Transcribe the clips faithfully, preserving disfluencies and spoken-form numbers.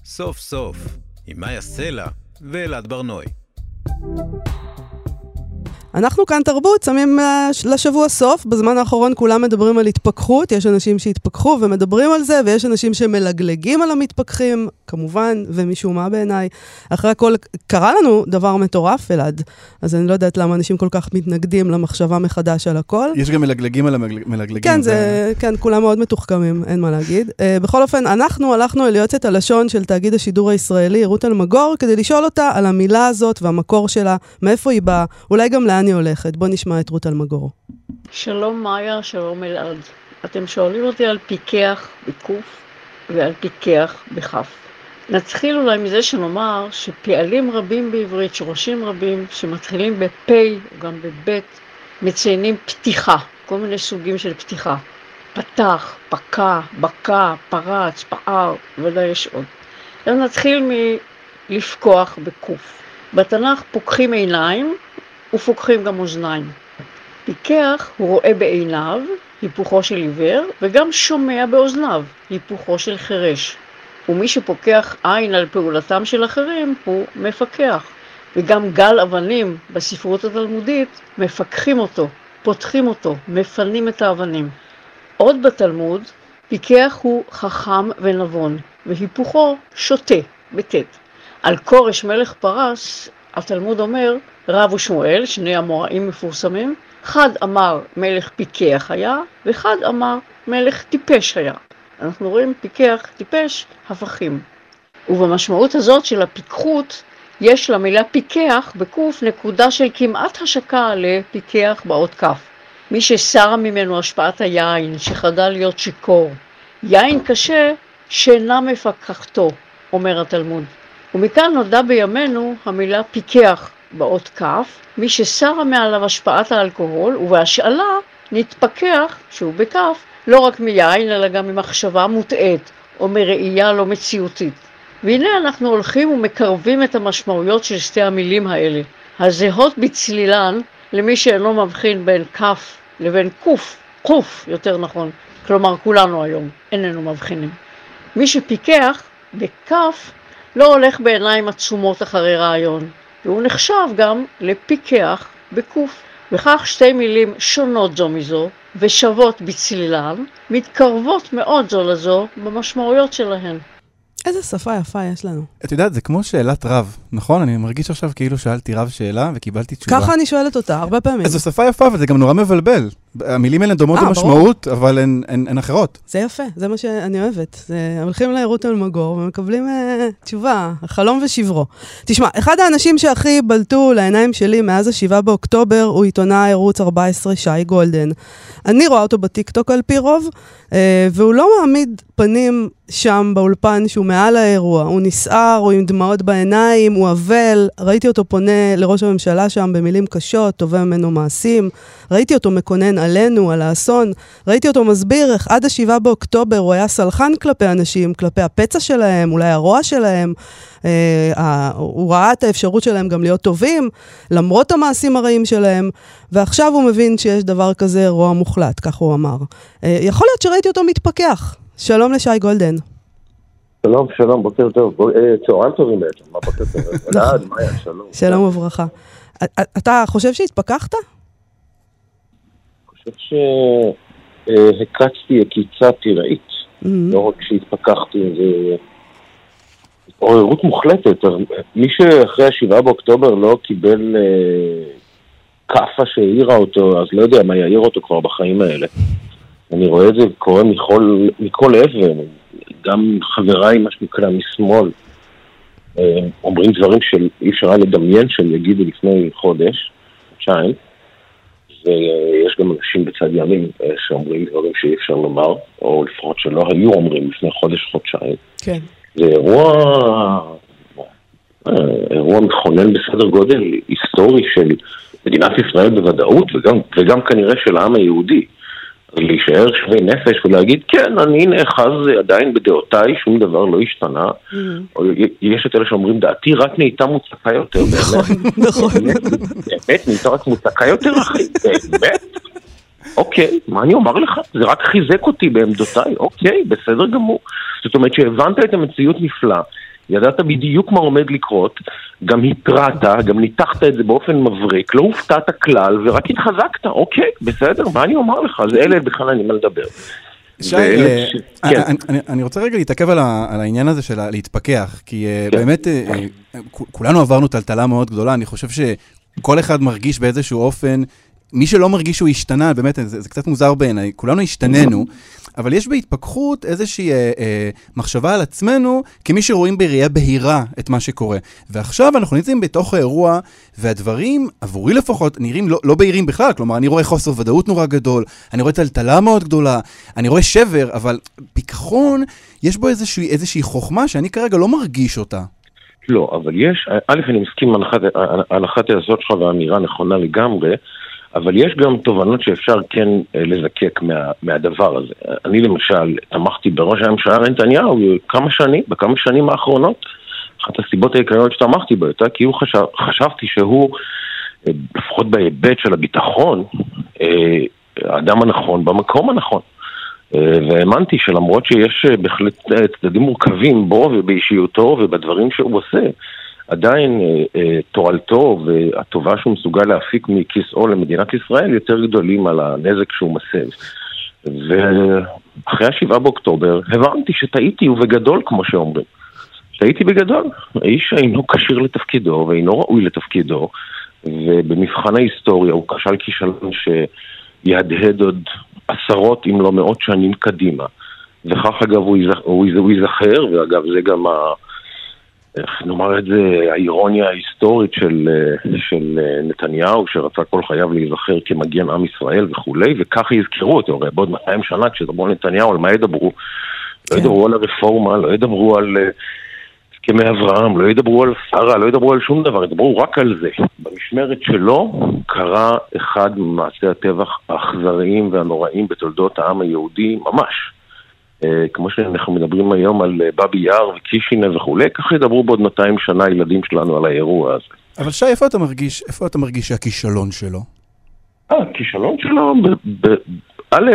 סוף סוף, עם מאיה סלע ואלעד ברנוי. אנחנו כאן תרבות, שמים לשבוע סוף, בזמן האחרון כולם מדברים על התפכחות, יש אנשים שהתפכחו ומדברים על זה, ויש אנשים שמלגלגים על המתפכחים, כמובן, ומשום מה בעיניי. אחרי הכל, קרה לנו דבר מטורף, אלעד, אז אני לא יודעת למה אנשים כל כך מתנגדים למחשבה מחדש על הכל. יש גם מלגלגים על המלגלגים. כן, זה, כן, כולם מאוד מתוחכמים, אין מה להגיד. בכל אופן, אנחנו הלכנו אל יועצת הלשון של תאגיד השידור הישראלי, רות אלמגור, כדי לשאול אותה על המילה הזאת והמקור שלה, מאיפה היא באה, אולי גם לאן היא הולכת. בוא נשמע את רות אלמגור. שלום מאיה, שלום אלעד. אתם שואלים אותי על פיקח בקוף ועל פיקח בכף. נתחיל אולי מזה שנאמר שפעלים רבים בעברית, שורשים רבים שמתחילים בפי או גם בבית, מציינים פתיחה, כל מיני סוגים של פתיחה. פתח, פקע, בקע, פרץ, פער, ודאי יש עוד. אז נתחיל מלפקוח בקוף. בתנ"ך פוקחים עיניים ופוקחים גם אוזניים. פיקח הוא רואה בעיניו, היפוכו של עיוור, וגם שומע באוזניו, היפוכו של חירש. ומי שפוקח עין על פעולתם של אחרים הוא מפקח. וגם גל אבנים בספרות התלמודית מפקחים אותו, פותחים אותו, מפנים את האבנים. עוד בתלמוד, פיקח הוא חכם ונבון, והיפוכו שוטה, בתת. על כורש מלך פרס, התלמוד אומר, רב ושמואל, שני המוראים מפורסמים, אחד אמר מלך פיקח היה, ואחד אמר מלך טיפש היה. אנחנו רואים פיקח, טיפש, הפכים. ובמשמעות הזאת של הפיקחות, יש למילה פיקח בקוף נקודה של כמעט השקה לפיקח באות כף. מי ששרה ממנו השפעת היין, שחדל להיות שיקור. יין קשה שאינה מפקחתו, אומר התלמוד. ומכאן נודע בימינו המילה פיקח באות כף, מי ששרה מעליו השפעת האלכוהול, ובהשאלה נתפקח, שהוא בכף, לא רק מיין, אלא גם ממחשבה מוטעת, או מראייה לא מציאותית. והנה אנחנו הולכים ומקרבים את המשמעויות של שתי המילים האלה, הזהות בצלילן למי שאינו מבחין בין כף לבין קוף, קוף יותר נכון, כלומר כולנו היום איננו מבחינים. מי שפיקח בכף לא הולך בעיניים עצומות אחרי רעיון, והוא נחשב גם לפיקח בקוף. וכך שתי מילים שונות זו מזו ושוות בצלילן, מתקרבות מאוד זו לזו במשמעויות שלהן. איזה שפה יפה יש לנו. את יודעת, זה כמו שאלת רב, נכון? אני מרגיש עכשיו כאילו שאלתי רב שאלה וקיבלתי תשובה. ככה אני שואלת אותה, הרבה פעמים. אז זו שפה יפה, אבל זה גם נורא מבלבל. המילים האלה דומות במשמעות, אבל הן, הן, הן אחרות. זה יפה, זה מה שאני אוהבת. זה, הולכים לרות אלמגור ומקבלים אה, תשובה, חלום ושברו. תשמע, אחד האנשים שהכי בלטו לעיניים שלי מאז השבעה באוקטובר, הוא עיתונאי ערוץ ארבע עשרה שי גולדן. אני רואה אותו בטיקטוק על פי רוב, אה, והוא לא מעמיד פנים שם באולפן שהוא מעל האירוע. הוא נסער, הוא עם דמעות בעיניים, הוא אבל. ראיתי אותו פונה לראש הממשלה שם במילים קשות, תובע ממנו מעשים. ראיתי אותו מקונן עלינו, על האסון. ראיתי אותו מסביר איך עד השבעה באוקטובר הוא היה סלחן כלפי אנשים, כלפי הפצע שלהם, אולי הרוע שלהם. אה, הוא ראה את האפשרות שלהם גם להיות טובים, למרות המעשים הרעים שלהם, ועכשיו הוא מבין שיש דבר כזה רוע מוחלט, כך הוא אמר. אה, יכול להיות שראיתי אותו מתפכח. שלום לשי גולדן. שלום, שלום, בוקר טוב. צהריים טובים בעצם, מה בוקר טוב? אלעד, מאיה, שלום. שלום וברכה. אתה חושב שהתפכחת? אני חושב שהקצתי הקיצה תראית. לא רק שהתפכחתי, זה עוררות מוחלטת. מי שאחרי השבעה באוקטובר לא קיבל קפה שהעירה אותו, אז לא יודע מה יעיר אותו כבר בחיים האלה. אני רואה את זה קורה מכל, מכל עבר, גם חבריי, מה שנקרא, משמאל, אומרים דברים שאי אפשר לדמיין שהם יגידו לפני חודש, חודשיים, ויש גם אנשים בצד ימין שאומרים דברים שאי אפשר לומר, או לפחות שלא היו אומרים לפני חודש, חודשיים. כן. זה אירוע, אירוע מכונן בסדר גודל היסטורי של מדינת ישראל בוודאות, וגם, וגם כנראה של העם היהודי. להישאר שווה נפש ולהגיד, כן, אני נאחז עדיין בדעותיי, שום דבר לא השתנה. או יש את אלה שאומרים, דעתי רק נהייתה מוצקה יותר. נכון, נכון. באמת, נהייתה רק מוצקה יותר, אחי, באמת. אוקיי, מה אני אומר לך? זה רק חיזק אותי בעמדותיי, אוקיי, בסדר גמור. זאת אומרת שהבנת את המציאות נפלא, ידעת בדיוק מה עומד לקרות, גם התרעת, גם ניתחת את זה באופן מבריק, לא הופתעת כלל, ורק התחזקת, אוקיי, בסדר, מה אני אומר לך? אז אלה בכלל אני מה לדבר. שי, אני רוצה רגע להתעכב על העניין הזה של להתפקח, כי באמת כולנו עברנו טלטלה מאוד גדולה, אני חושב שכל אחד מרגיש באיזשהו אופן, מי שלא מרגיש שהוא השתנה, באמת זה קצת מוזר בעיניי, כולנו השתננו, אבל יש בהתפכחות איזושהי אה, אה, מחשבה על עצמנו, כמי שרואים בראייה בהירה את מה שקורה. ועכשיו אנחנו נמצאים בתוך האירוע, והדברים, עבורי לפחות, נראים לא, לא בהירים בכלל, כלומר, אני רואה חוסר ודאות נורא גדול, אני רואה טלטלה מאוד גדולה, אני רואה שבר, אבל פיקחון, יש בו איזושהי, איזושהי חוכמה שאני כרגע לא מרגיש אותה. לא, אבל יש, א', אני מסכים על אחת היסוד שלך והאמירה נכונה לגמרי, אבל יש גם תובנות שאפשר כן לזקק מה, מהדבר הזה. אני למשל תמכתי בראש הממשלה נתניהו כמה שנים, בכמה שנים האחרונות. אחת הסיבות העיקריות שתמכתי בו הייתה כי הוא חשב, חשבתי שהוא, לפחות בהיבט של הביטחון, האדם הנכון במקום הנכון. והאמנתי שלמרות שיש בהחלט צדדים מורכבים בו ובאישיותו ובדברים שהוא עושה, עדיין אה, תועלתו והטובה שהוא מסוגל להפיק מכיסאו למדינת ישראל יותר גדולים על הנזק שהוא מסב. ואחרי השבעה באוקטובר הבנתי שטעיתי ובגדול כמו שאומרים. טעיתי בגדול. האיש אינו כשיר לתפקידו ואינו ראוי לתפקידו, ובמבחן ההיסטוריה הוא כשל כישלון שיהדהד עוד עשרות אם לא מאות שנים קדימה. וכך אגב הוא, יזכ... הוא ייזכר, ואגב זה גם ה... איך נאמר את זה, האירוניה ההיסטורית של, של נתניהו, שרצה כל חייו להיזכר כמגן עם ישראל וכולי, וכך יזכרו אותו, הרי בעוד מאתיים שנה כשדברו על נתניהו, על מה ידברו? כן. לא ידברו על הרפורמה, לא ידברו על הסכמי אברהם, לא ידברו על שרה, לא ידברו על שום דבר, ידברו רק על זה. במשמרת שלו קרה אחד ממעשי הטבח האכזריים והנוראים בתולדות העם היהודי, ממש. כמו שאנחנו מדברים היום על בבי יער וקישינב וכו', כך ידברו בעוד מאתיים שנה הילדים שלנו על האירוע הזה. אבל שי, איפה אתה מרגיש, איפה אתה מרגיש שהכישלון שלו? אה, הכישלון שלו, א',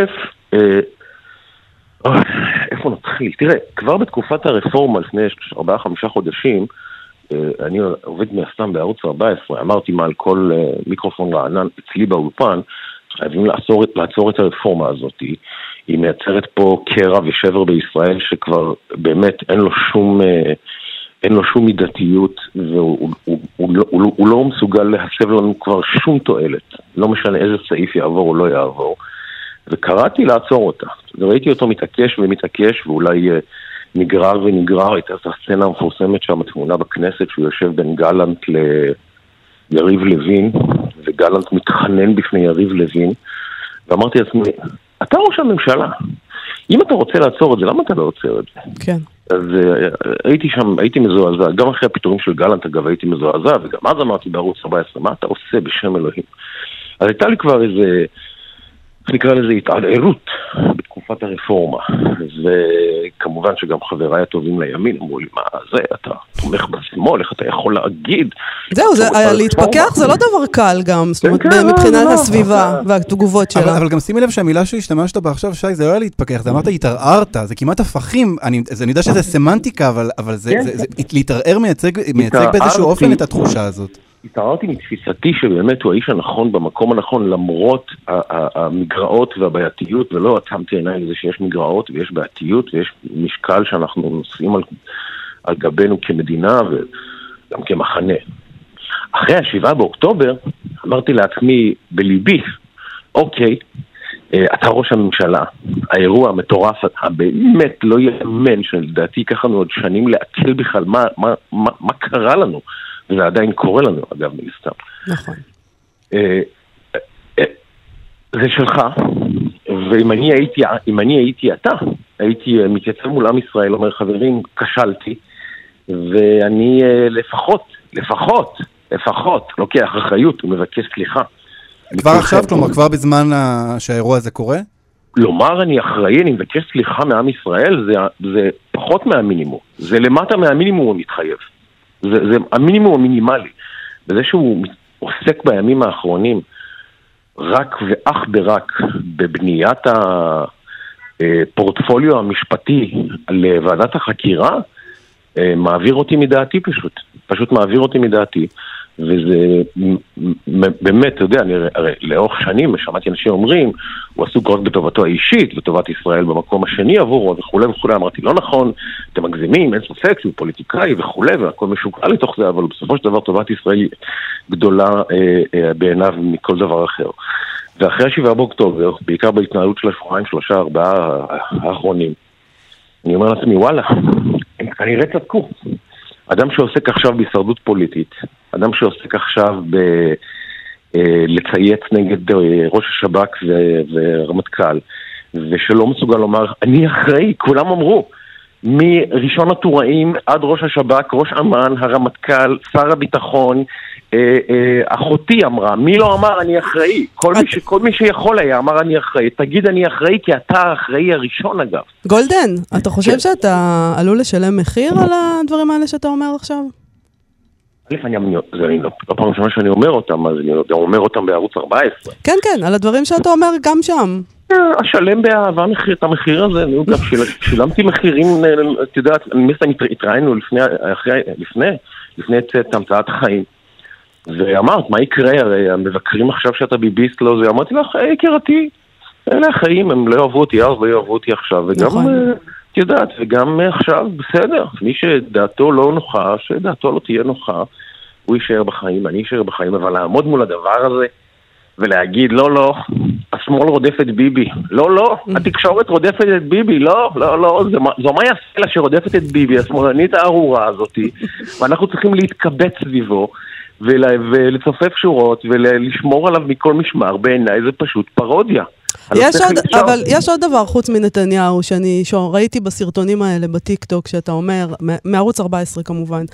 איפה נתחיל? תראה, כבר בתקופת הרפורמה, לפני ארבעה חמישה חודשים, אני עובד מהסתם בערוץ ארבע עשרה, אמרתי מה על כל מיקרופון רענן אצלי באולפן, חייבים לעצור, לעצור את הרפורמה הזאת. היא מייצרת פה קרע ושבר בישראל שכבר באמת אין לו שום, אין לו שום מידתיות, והוא הוא, הוא, הוא, הוא, הוא לא מסוגל להסב לנו כבר שום תועלת. לא משנה איזה סעיף יעבור או לא יעבור. וקראתי לעצור אותה. וראיתי אותו מתעקש ומתעקש, ואולי נגרר ונגרר. הייתה הסצנה המפורסמת שם, התמונה בכנסת, שהוא יושב בין גלנט ליריב לוין, וגלנט מתחנן בפני יריב לוין, ואמרתי לעצמי, אתה ראש הממשלה, אם אתה רוצה לעצור את זה, למה אתה לא עוצר את זה? כן. אז הייתי שם, הייתי מזועזע, גם אחרי הפיטורים של גלנט, אגב, הייתי מזועזע, וגם אז אמרתי בערוץ ארבע עשרה, מה אתה עושה בשם אלוהים? אז הייתה לי כבר איזה, איך נקרא לזה, התעללות בתקופת הרפורמה, וכמובן שגם חבריי הטובים לימין אמרו לי, מה זה, אתה תומך בשמאל, איך אתה יכול להגיד? זהו, להתפקח זה לא דבר קל גם, זאת אומרת, מבחינת הסביבה והתגובות שלה. אבל גם שימי לב שהמילה שהשתמשת בה עכשיו, שי, זה לא היה להתפקח, זה אמרת התערערת, זה כמעט הפכים, אני יודע שזה סמנטיקה, אבל להתערער מייצג באיזשהו אופן את התחושה הזאת. התעררתי מתפיסתי שבאמת הוא האיש הנכון במקום הנכון, למרות המגרעות והבעייתיות, ולא עצמתי עיניים לזה שיש מגרעות ויש בעייתיות ויש משקל שאנחנו נושאים על, על גבינו כמדינה וגם כמחנה. אחרי השבעה באוקטובר אמרתי לעצמי בליבי, אוקיי, אתה ראש הממשלה, האירוע המטורף הבאמת לא יאמן שלדעתי ייקח לנו עוד שנים לעכל בכלל מה, מה, מה, מה קרה לנו. וזה עדיין קורה לנו, אגב, מלסתם. נכון. זה שלך, ואם אני הייתי, אם אני הייתי אתה, הייתי מתייצב מול עם ישראל, אומר, חברים, כשלתי, ואני לפחות, לפחות, לפחות, לוקח אחריות ומבקש סליחה. כבר עכשיו, כלומר, כבר בזמן שהאירוע הזה קורה? לומר אני אחראי, אני מבקש סליחה מעם ישראל, זה, זה פחות מהמינימום. זה למטה מהמינימום הוא מתחייב. זה, זה המינימום המינימלי. בזה שהוא עוסק בימים האחרונים רק ואך ברק בבניית הפורטפוליו המשפטי לוועדת החקירה, מעביר אותי מדעתי פשוט, פשוט מעביר אותי מדעתי, וזה באמת, אתה יודע, אני הרי לאורך שנים שמעתי אנשים אומרים, הוא עסוק רק בטובתו האישית, בטובת ישראל במקום השני עבורו וכו' וכו', אמרתי, לא נכון, אתם מגזימים, אין ספק שהוא פוליטיקאי וכו', והכל משוקע לתוך זה, אבל בסופו של דבר טובת ישראל גדולה אה, אה, בעיניו מכל דבר אחר. ואחרי השבעה באוקטובר, בעיקר בהתנהלות של השבועיים, שלושה, ארבעה האחרונים, אני אומר לעצמי, וואלה, הם כנראה צדקו. אדם שעוסק עכשיו בהישרדות פוליטית, אדם שעוסק עכשיו ב... לצייץ נגד ראש השב"כ ורמטכ"ל, ושלא מסוגל לומר, אני אחראי, כולם אמרו, מראשון הטוראים עד ראש השב"כ, ראש אמ"ן, הרמטכ"ל, שר הביטחון, אחותי אמרה, מי לא אמר אני אחראי? כל מי, ש, כל מי שיכול היה אמר אני אחראי. תגיד אני אחראי כי אתה האחראי הראשון אגב. גולדן, אתה חושב שאתה עלול לשלם מחיר על הדברים האלה שאתה אומר עכשיו? א', אני, זה לא פעם ראשונה שאני אומר אותם, אז אני אומר אותם בערוץ ארבע עשרה. כן, כן, על הדברים שאתה אומר גם שם. השלם באהבה מחיר, את המחיר הזה, אני גם שילמתי מחירים, את יודעת, אני התראינו לפני, לפני, לפני את המצאת החיים. ואמרת, מה יקרה? הרי המבקרים עכשיו שאתה ביביסט לא זה, אמרתי לך, יקירתי, אלה החיים, הם לא אוהבו אותי אז, לא אוהבו אותי עכשיו, וגם, את יודעת, וגם עכשיו, בסדר, מי שדעתו לא נוחה, שדעתו לא תהיה נוחה, הוא יישאר בחיים, אני יישאר בחיים, אבל לעמוד מול הדבר הזה, ולהגיד, לא, לא, השמאל רודף את ביבי, לא, לא, התקשורת רודפת את ביבי, לא, לא, לא, זו מה יעשה שרודפת את ביבי, השמאלנית הארורה הזאת, ואנחנו צריכים להתקבץ סביבו, ולצופף שורות ולשמור עליו מכל משמר, בעיניי זה פשוט פרודיה. יש עוד, אבל יש עוד דבר חוץ מנתניהו שאני ראיתי בסרטונים האלה בטיק טוק שאתה אומר, מערוץ ארבע עשרה כמובן,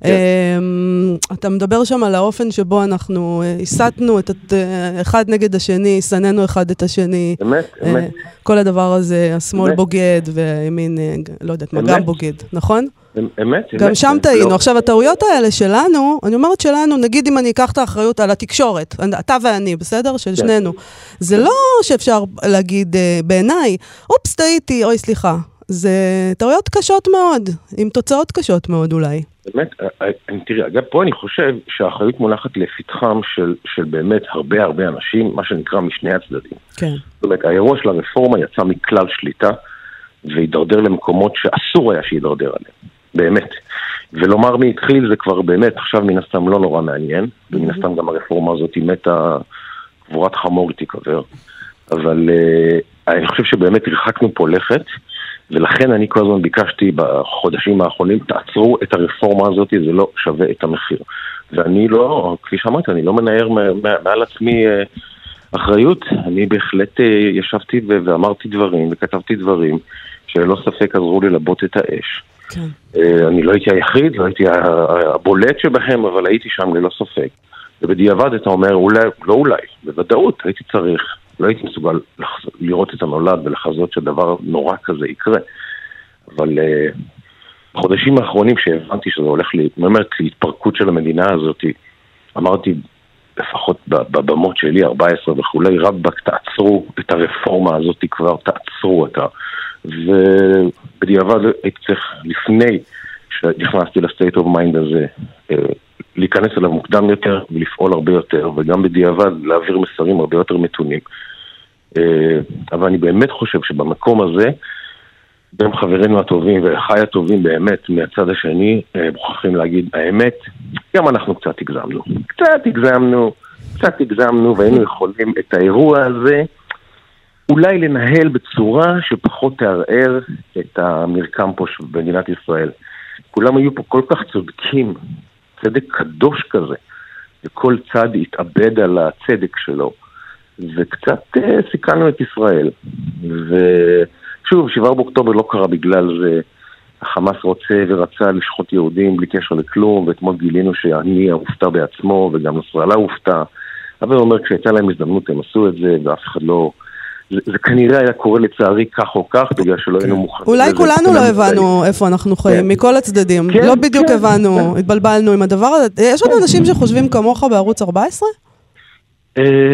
אתה מדבר שם על האופן שבו אנחנו הסתנו את אחד נגד השני, סננו אחד את השני, אמת, אמת. כל הדבר הזה, השמאל בוגד וימין, לא יודעת מה, גם בוגד, נכון? אמת, גם שם טעינו. עכשיו, הטעויות האלה שלנו, אני אומרת שלנו, נגיד אם אני אקח את האחריות על התקשורת, אתה ואני, בסדר? של שנינו. זה לא שאפשר להגיד בעיניי, אופס, טעיתי, אוי, סליחה. זה טעויות קשות מאוד, עם תוצאות קשות מאוד אולי. באמת, תראי, אגב, פה אני חושב שהאחריות מונחת לפתחם של, של באמת הרבה הרבה אנשים, מה שנקרא משני הצדדים. כן. זאת אומרת, האירוע של הרפורמה יצא מכלל שליטה, והידרדר למקומות שאסור היה שידרדר עליהם. באמת. ולומר מי התחיל זה כבר באמת, עכשיו מן הסתם לא נורא מעניין, ומן הסתם גם הרפורמה הזאת היא מתה, קבורת חמור היא תיקבר. אבל uh, אני חושב שבאמת הרחקנו פה לכת, ולכן אני כל הזמן ביקשתי בחודשים האחרונים, תעצרו את הרפורמה הזאת, זה לא שווה את המחיר. ואני לא, כפי שאמרתי, אני לא מנער מעל עצמי uh, אחריות, אני בהחלט uh, ישבתי ו- ואמרתי דברים, וכתבתי דברים, שללא ספק עזרו ללבות את האש. כן. אני לא הייתי היחיד, לא הייתי הבולט שבהם, אבל הייתי שם ללא ספק. ובדיעבד אתה אומר, אולי, לא אולי, בוודאות הייתי צריך, לא הייתי מסוגל לראות את הנולד ולחזות שדבר נורא כזה יקרה. אבל בחודשים האחרונים שהבנתי שזה הולך להתפרקות של המדינה הזאת, אמרתי, לפחות בבמות שלי, ארבע עשרה וכולי, רבק, תעצרו את הרפורמה הזאת כבר, תעצרו אותה. ובדיעבד הייתי צריך, לפני שנכנסתי לסטייט אוף מיינד הזה, להיכנס אליו מוקדם יותר ולפעול הרבה יותר, וגם בדיעבד להעביר מסרים הרבה יותר מתונים. אבל אני באמת חושב שבמקום הזה, בין חברינו הטובים ואחיי הטובים באמת מהצד השני, מוכרחים להגיד, האמת, גם אנחנו קצת הגזמנו. קצת הגזמנו, קצת הגזמנו, והיינו יכולים את האירוע הזה, אולי לנהל בצורה שפחות תערער את המרקם פה במדינת ישראל. כולם היו פה כל כך צודקים, צדק קדוש כזה, וכל צד התאבד על הצדק שלו, וקצת uh, סיכנו את ישראל. ושוב, שבעה באוקטובר לא קרה בגלל זה, החמאס רוצה ורצה לשחוט יהודים בלי קשר לכלום, ואתמול גילינו שאני הופתע בעצמו, וגם נסראללה הופתע, אבל הוא אומר, כשהייתה להם הזדמנות הם עשו את זה, ואף אחד לא... זה, זה כנראה היה קורה לצערי כך או כך, בגלל שלא היינו מוכנים. אולי כולנו לא הבנו איפה אנחנו חיים, מכל הצדדים. לא בדיוק הבנו, התבלבלנו עם הדבר הזה. יש עוד אנשים שחושבים כמוך בערוץ ארבע עשרה?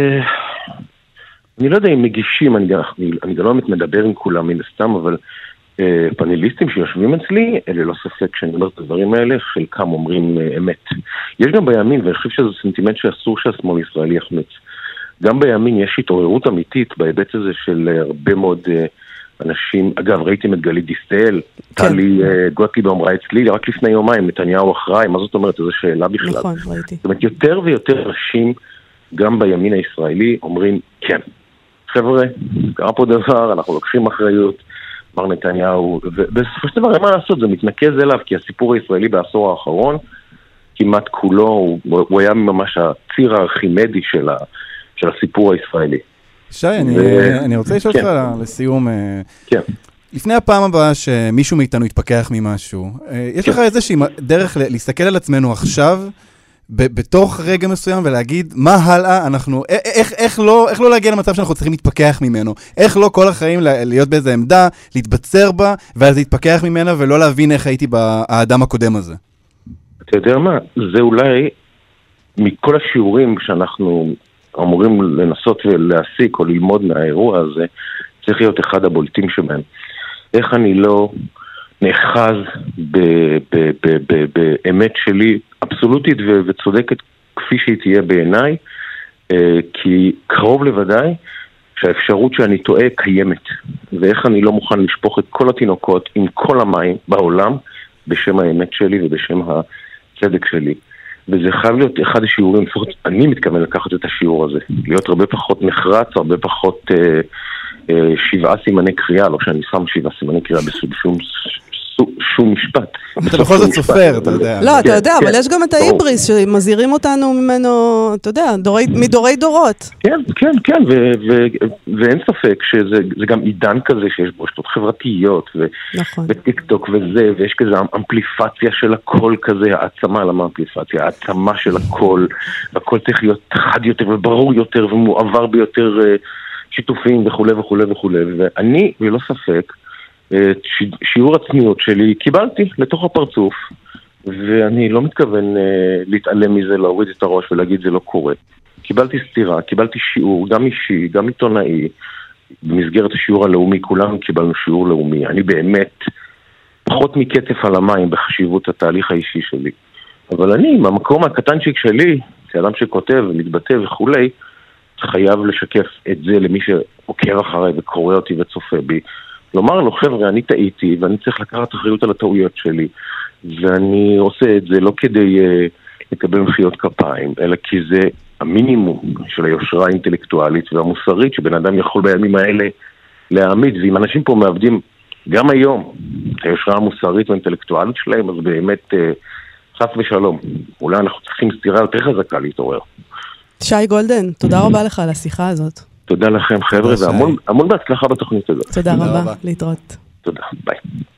אני לא יודע אם מגישים, אני גם לא מדבר עם כולם מן הסתם, אבל פאנליסטים שיושבים אצלי, אלה לא ספק שאני אומר את הדברים האלה, חלקם אומרים אמת. יש גם בימין, ואני חושב שזה סנטימנט שאסור שהשמאל ישראלי יחמיץ. גם בימין יש התעוררות אמיתית בהיבט הזה של הרבה מאוד אנשים, אגב, ראיתם את גלית דיסטל, טלי גוטליב אמרה אצלי, רק לפני יומיים, נתניהו אחראי, מה זאת אומרת? זו שאלה בכלל. נכון, ראיתי. זאת אומרת, יותר ויותר אנשים, גם בימין הישראלי, אומרים, כן, חבר'ה, קרה פה דבר, אנחנו לוקחים אחריות, מר נתניהו, ובסופו של דבר, אין מה לעשות, זה מתנקז אליו, כי הסיפור הישראלי בעשור האחרון, כמעט כולו, הוא, הוא היה ממש הציר הארכימדי של, ה, של הסיפור הישראלי. שי, אני, ו... אני רוצה לשאול אותך כן. לסיום, כן. לפני הפעם הבאה שמישהו מאיתנו יתפכח ממשהו, יש כן. לך איזושהי דרך להסתכל על עצמנו עכשיו, בתוך רגע מסוים ולהגיד מה הלאה אנחנו, איך, איך, לא, איך לא להגיע למצב שאנחנו צריכים להתפכח ממנו, איך לא כל החיים להיות באיזה עמדה, להתבצר בה, ואז להתפכח ממנה ולא להבין איך הייתי באדם הקודם הזה. אתה יודע מה, זה אולי מכל השיעורים שאנחנו אמורים לנסות ולהסיק או ללמוד מהאירוע הזה, צריך להיות אחד הבולטים שבהם. איך אני לא נאחז באמת שלי אבסולוטית וצודקת כפי שהיא תהיה בעיניי, כי קרוב לוודאי שהאפשרות שאני טועה קיימת, ואיך אני לא מוכן לשפוך את כל התינוקות עם כל המים בעולם בשם האמת שלי ובשם הצדק שלי. וזה חייב להיות אחד השיעורים, לפחות אני מתכוון לקחת את השיעור הזה, להיות הרבה פחות נחרץ, הרבה פחות אה, אה, שבעה סימני קריאה, לא שאני שם שבעה סימני קריאה בשום שום משפט. אתה בכל זאת סופר, אתה יודע. לא, אתה יודע, אבל יש גם את ההיבריס שמזהירים אותנו ממנו, אתה יודע, מדורי דורות. כן, כן, כן, ואין ספק שזה גם עידן כזה שיש בו רשתות חברתיות, וטיק טוק וזה, ויש כזה אמפליפציה של הכל כזה, העצמה על האמפליפציה, העצמה של הכל, והכל צריך להיות חד יותר וברור יותר ומועבר ביותר שיתופים וכו' וכו' וכו'. ואני, ולא ספק, את שיעור הצניעות שלי קיבלתי לתוך הפרצוף, ואני לא מתכוון uh, להתעלם מזה, להוריד את הראש ולהגיד זה לא קורה. קיבלתי סתירה, קיבלתי שיעור, גם אישי, גם עיתונאי, במסגרת השיעור הלאומי, כולנו קיבלנו שיעור לאומי. אני באמת פחות מקצף על המים בחשיבות התהליך האישי שלי. אבל אני, מהמקום הקטנצ'יק שלי, כאדם שכותב ומתבטא וכולי, חייב לשקף את זה למי שעוקב אחריי וקורא אותי וצופה בי. לומר לו, חבר'ה, אני טעיתי, ואני צריך לקחת אחריות על הטעויות שלי, ואני עושה את זה לא כדי uh, לקבל מחיאות כפיים, אלא כי זה המינימום של היושרה האינטלקטואלית והמוסרית, שבן אדם יכול בימים האלה להעמיד, ואם אנשים פה מאבדים גם היום את היושרה המוסרית והאינטלקטואלית שלהם, אז באמת uh, חס ושלום. אולי אנחנו צריכים סתירה יותר חזקה להתעורר. שי גולדן, תודה רבה לך על השיחה הזאת. תודה לכם חבר'ה, והמון בהצלחה בתוכנית הזאת. תודה רבה, להתראות. תודה, ביי.